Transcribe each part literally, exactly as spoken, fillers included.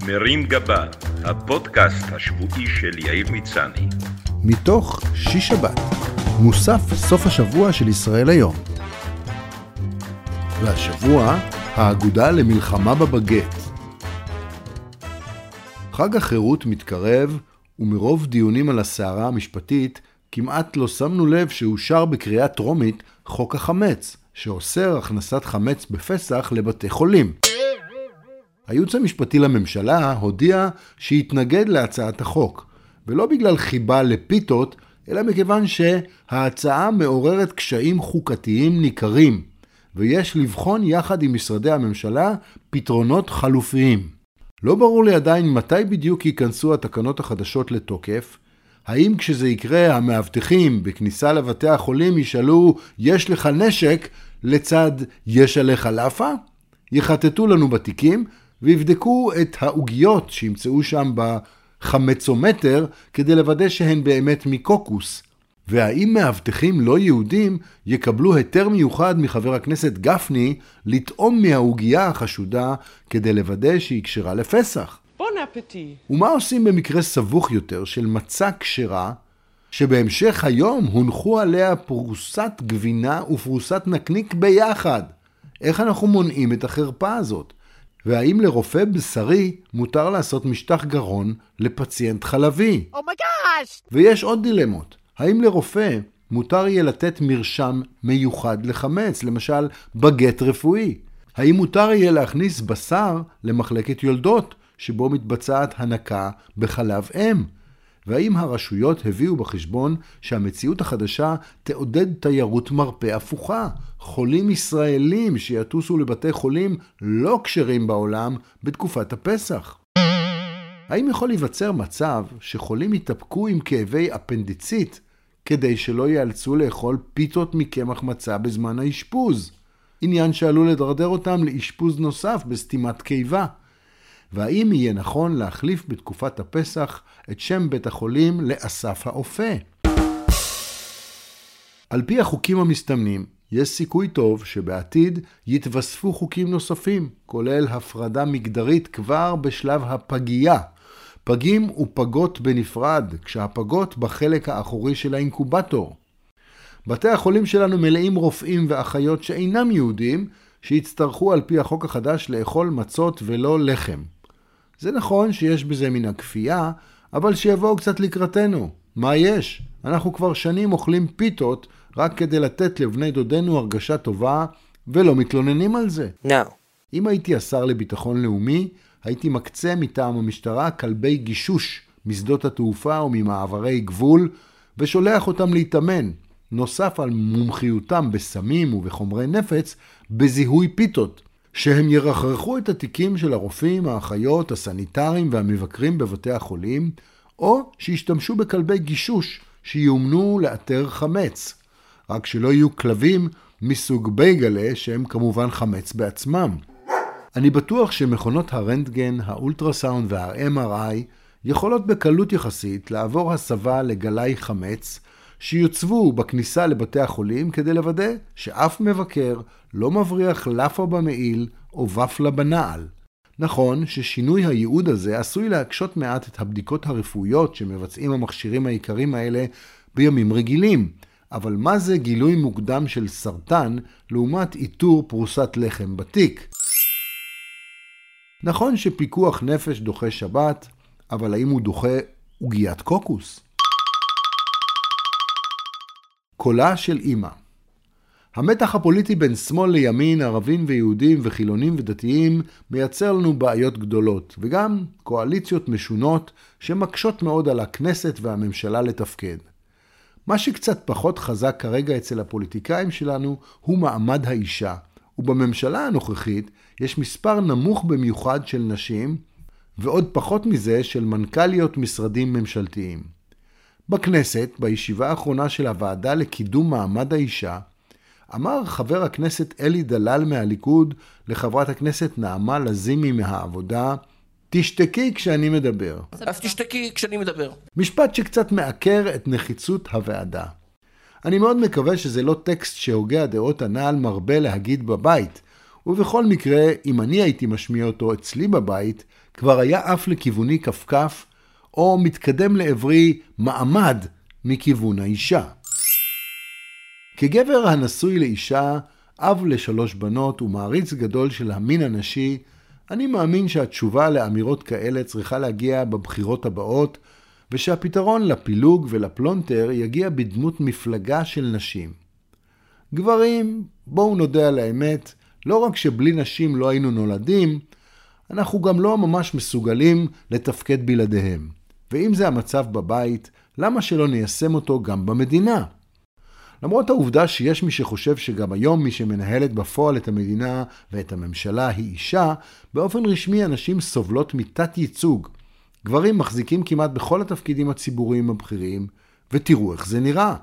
מרים גבה, הפודקאסט השבועי של יאיר מצני. מתוך שיש שבת, מוסף סוף השבוע של ישראל היום. והשבוע, האגודה למלחמה בבגט. חג החירות מתקרב, ומרוב דיונים על הסערה המשפטית, כמעט לא שמנו לב שאושר בקריאה טרומית חוק החמץ, שאוסר הכנסת חמץ בפסח לבתי חולים. הייעוץ המשפטי לממשלה הודיע שהתנגד להצעת החוק, ולא בגלל חיבה לפיתות, אלא מכיוון שההצעה מעוררת קשיים חוקתיים ניכרים, ויש לבחון יחד עם משרדי הממשלה פתרונות חלופיים. לא ברור לי עדיין מתי בדיוק ייכנסו התקנות החדשות לתוקף. האם כשזה יקרה המאבטחים בכניסה לבתי החולים ישאלו יש לך נשק לצד יש עליך לאפה? יחטטו לנו בתיקים ויבדקו את העוגיות שימצאו שם בחמצומטר כדי לוודא שהן באמת מקוקוס. והאם מאבטחים לא יהודים יקבלו היתר מיוחד מחבר הכנסת גפני לטעום מהעוגייה החשודה כדי לוודא שהיא כשרה לפסח. בון אפטי. ומה עושים במקרה סבוך יותר של מצה כשרה שבהמשך היום הונחו עליה פרוסת גבינה ופרוסת נקניק ביחד? איך אנחנו מונעים את החרפה הזאת? והאם לרופא בשרי מותר לעשות משטח גרון לפציינט חלבי? אומייגאש! ויש עוד דילמות. האם לרופא מותר יהיה לתת מרשם מיוחד לחמץ, למשל בגט רפואי? האם מותר יהיה להכניס בשר למחלקת יולדות, שבו מתבצעת הנקה בחלב אם? והאם הרשויות הביאו בחשבון שהמציאות החדשה תעודד תיירות מרפא הפוכה? חולים ישראלים שיטוסו לבתי חולים לא כשרים בעולם בתקופת הפסח. האם יכול להיווצר מצב שחולים יתאפקו עם כאבי אפנדיצית כדי שלא ייאלצו לאכול פיתות מקמח מצה בזמן האשפוז? עניין שעלול לדרדר אותם לאשפוז נוסף בסתימת קיבה. והאם יהיה נכון להחליף בתקופת הפסח את שם בית החולים לאסף האופה? על פי החוקים המסתמנים, יש סיכוי טוב שבעתיד יתווספו חוקים נוספים, כולל הפרדה מגדרית כבר בשלב הפגייה. פגים ופגות בנפרד, כשהפגות בחלק האחורי של האינקובטור. בתי החולים שלנו מלאים רופאים ואחיות שאינם יהודים, שיצטרכו על פי החוק החדש לאכול מצות ולא לחם. זה נכון שיש בזה מן הכפייה, אבל שיבואו קצת לקראתנו. מה יש? אנחנו כבר שנים אוכלים פיתות רק כדי לתת לבני דודנו הרגשה טובה, ולא מתלוננים על זה. No. אם הייתי השר לביטחון לאומי, הייתי מקצה מטעם המשטרה כלבי גישוש משדות התעופה וממעברי גבול, ושולח אותם להתאמן, נוסף על מומחיותם בסמים ובחומרי נפץ, בזיהוי פיתות, שהם ירחרחו את התיקים של הרופאים, האחיות, הסניטרים והמבקרים בבתי החולים, או שישתמשו בכלבי גישוש שיומנו לאתר חמץ, רק שלא יהיו כלבים מסוג בייגלה שהם כמובן חמץ בעצמם. אני בטוח שמכונות הרנטגן, האולטרסאונד וה-אם אר איי יכולות בקלות יחסית לעבור הסבה לגלי חמץ שיוצבו בכניסה לבתי החולים כדי לוודא שאף מבקר לא מבריח לאפה במעיל או ופלה בנעל. נכון ששינוי הייעוד הזה עשוי להקשות מעט את הבדיקות הרפואיות שמבצעים המכשירים העיקריים האלה בימים רגילים, אבל מה זה גילוי מוקדם של סרטן לעומת איתור פרוסת לחם בתיק? נכון שפיקוח נפש דוחה שבת, אבל האם הוא דוחה עוגיית קוקוס? קולה של אמא. המתח הפוליטי בין שמאל לימין, ערבים ויהודים וחילונים ודתיים מייצר לנו בעיות גדולות, וגם קואליציות משונות שמקשות מאוד על הכנסת והממשלה לתפקד. מה שקצת פחות חזק כרגע אצל הפוליטיקאים שלנו הוא מעמד האישה, ובממשלה הנוכחית יש מספר נמוך במיוחד של נשים, ועוד פחות מזה של מנכ"ליות משרדים ממשלתיים. בכנסת, בישיבה האחרונה של הוועדה לקידום מעמד האישה, אמר חבר הכנסת אלי דלל מהליכוד לחברת הכנסת נעמה לזימי מהעבודה, תשתקי כשאני מדבר. אז תשתקי כשאני מדבר. משפט שקצת מעקר את נחיצות הוועדה. אני מאוד מקווה שזה לא טקסט שהוגה הדעות הנעל מרבה להגיד בבית, ובכל מקרה, אם אני הייתי משמיע אותו אצלי בבית, כבר היה אף לכיווני כפכף, או מתקדם לעברי מעמד מכיוון האישה. כגבר הנשוי לאישה, אב לשלוש בנות ומעריץ גדול של המין הנשי, אני מאמין שהתשובה לאמירות כאלה צריכה להגיע בבחירות הבאות, ושהפתרון לפילוג ולפלונטר יגיע בדמות מפלגה של נשים. גברים, בואו נודה על האמת, לא רק שבלי נשים לא היינו נולדים, אנחנו גם לא ממש מסוגלים לתפקד בלעדיהם. ואם זה המצב בבית, למה שלא ניישם אותו גם במדינה? למרות העובדה שיש מי שחושב שגם היום מי שמנהלת בפועל את המדינה ואת הממשלה היא אישה, באופן רשמי אנשים סובלות מתת ייצוג. גברים מחזיקים כמעט בכל התפקידים הציבוריים הבכירים, ותראו איך זה נראה.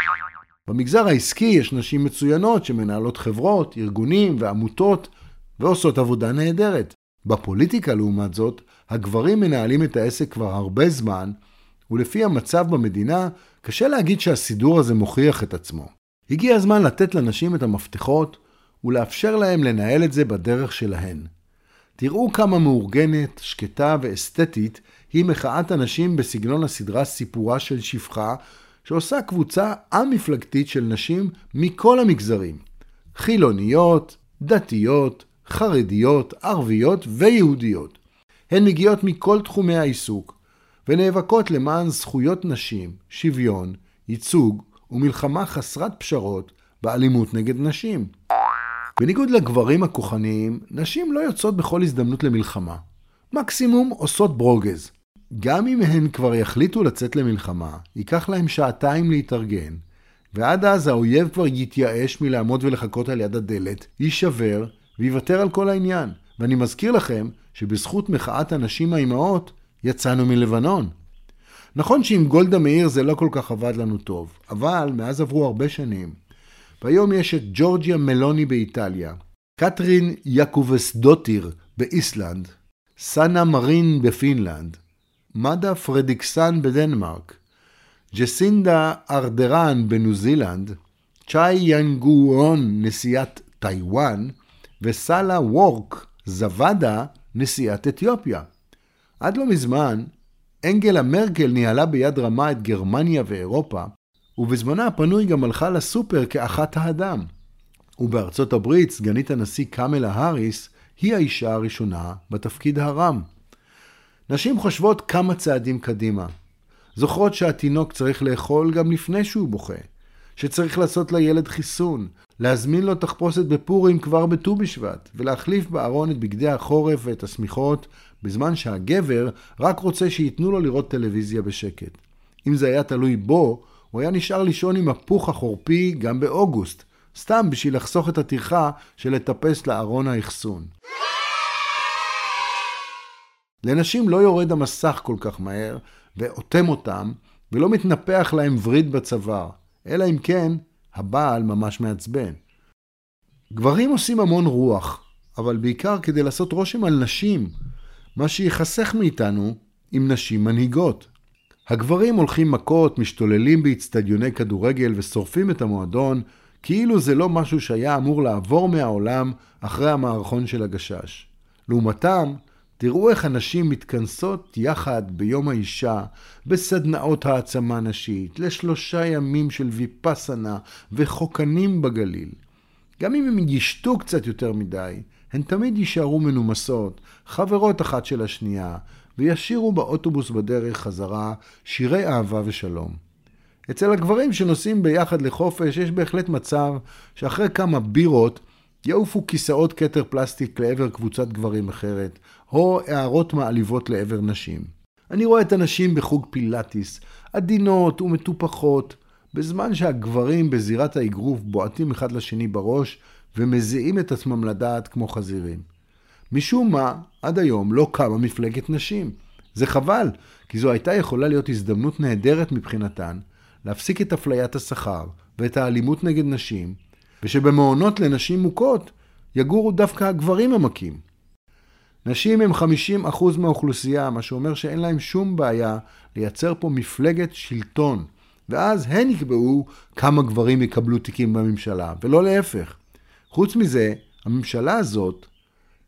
במגזר העסקי יש נשים מצוינות שמנהלות חברות, ארגונים ועמותות, ועושות עבודה נהדרת. בפוליטיקה לעומת זאת, הגברים מנהלים את העסק כבר הרבה זמן, ולפי המצב במדינה, קשה להגיד שהסידור הזה מוכיח את עצמו. הגיע הזמן לתת לנשים את המפתחות, ולאפשר להם לנהל את זה בדרך שלהן. תראו כמה מאורגנת, שקטה ואסתטית היא מחאת הנשים בסגנון הסדרה סיפורה של שפחה, שעושה קבוצה המפלגתית של נשים מכל המגזרים. חילוניות, דתיות, חרדיות, ערביות ויהודיות. הן מגיעות מכל תחומי העיסוק, ונאבקות למען זכויות נשים, שוויון, ייצוג ומלחמה חסרת פשרות באלימות נגד נשים. בניגוד לגברים הכוחניים, נשים לא יוצאות בכל הזדמנות למלחמה. מקסימום עושות ברוגז. גם אם הן כבר יחליטו לצאת למלחמה, ייקח להם שעתיים להתארגן, ועד אז האויב כבר יתייאש מלעמוד ולחכות על יד הדלת, יישבר ויוותר על כל העניין. ואני מזכיר לכם שבזכות מחאת הנשים האימהות יצאנו מלבנון. נכון שעם גולדה מאיר זה לא כל כך עבד לנו טוב, אבל מאז עברו הרבה שנים. והיום יש את ג'ורג'יה מלוני באיטליה, קטרין יקובסדוטיר באיסלנד, סאנה מרין בפינלנד, מדה פרדיקסן בדנמרק, ג'סינדה ארדרן בניו זילנד, צ'אי ינגורון נשיאת טיואן, וסאלה וורק זוואדה נשיאת אתיופיה. עד לא מזמן, אנגלה מרקל ניהלה ביד רמה את גרמניה ואירופה, ובזמנה הפנוי גם הלכה לסופר כאחת האדם. ובארצות הברית, סגנית הנשיא קמלה האריס היא האישה הראשונה בתפקיד הרם. נשים חושבות כמה צעדים קדימה. זוכרות שהתינוק צריך לאכול גם לפני שהוא בוכה, שצריך לעשות לילד חיסון, להזמין לו תחפושת בפורים כבר בט"ו בשבט, ולהחליף בארון את בגדי החורף ואת הסמיכות, בזמן שהגבר רק רוצה שיתנו לו לראות טלוויזיה בשקט. אם זה היה תלוי בו, הוא היה נשאר לישון עם הפוך החורפי גם באוגוסט, סתם בשביל לחסוך את הטרחה של לטפס לארון האחסון. לנשים לא יורד המסך כל כך מהר, ואותם אותם, ולא מתנפח להם וריד בצוואר, אלא אם כן, הבעל ממש מעצבן. גברים עושים המון רוח, אבל בעיקר כדי לעשות רושם על נשים, מה שיחסך מאיתנו עם נשים מנהיגות. הגברים הולכים מכות, משתוללים באצטדיוני כדורגל ושורפים את המועדון, כאילו זה לא משהו שהיה אמור לעבור מהעולם אחרי המערכון של הגשש. לעומתם, תראו איך הנשים מתכנסות יחד ביום האישה, בסדנאות העצמה נשית, לשלושה ימים של ויפסנה וחוקנים בגליל. גם אם הם ישתו קצת יותר מדי, הן תמיד יישארו מנומסות, חברות אחת של השנייה, וישירו באוטובוס בדרך חזרה שירי אהבה ושלום. אצל הגברים שנוסעים ביחד לחופש יש בהחלט מצב שאחרי כמה בירות יעופו כיסאות כתר פלסטיק לעבר קבוצת גברים אחרת, או הערות מעליבות לעבר נשים. אני רואה את הנשים בחוג פילאטיס, עדינות ומטופחות, בזמן שהגברים בזירת האגרוף בועטים אחד לשני בראש ומזיעים את עצמם לדעת כמו חזירים. משום מה, עד היום לא קמה מפלגת נשים. זה חבל, כי זו הייתה יכולה להיות הזדמנות נהדרת מבחינתן, להפסיק את אפליית השכר ואת האלימות נגד נשים, ושבמעונות לנשים מוכות יגורו דווקא הגברים המכים. נשים הם חמישים אחוז מהאוכלוסייה, מה שאומר שאין להם שום בעיה לייצר פה מפלגת שלטון, ואז הן יקבעו כמה גברים יקבלו תיקים בממשלה, ולא להפך. חוץ מזה, הממשלה הזאת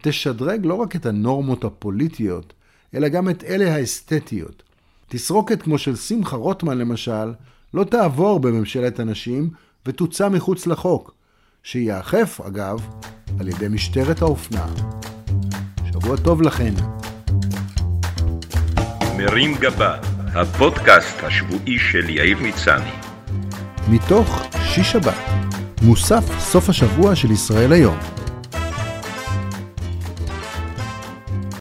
תשדרג לא רק את הנורמות הפוליטיות, אלא גם את אלה האסתטיות. תסרוקת כמו של שמחה רוטמן למשל, לא תעבור בממשלת הנשים ותוצא מחוץ לחוק, שיאכף אגב על ידי משטרת האופנה. שבוע טוב לכן. מרים גבה, הפודקאסט השבועי של יאיר מצני. מתוך שיש שבת, מוסף סוף השבוע של ישראל היום.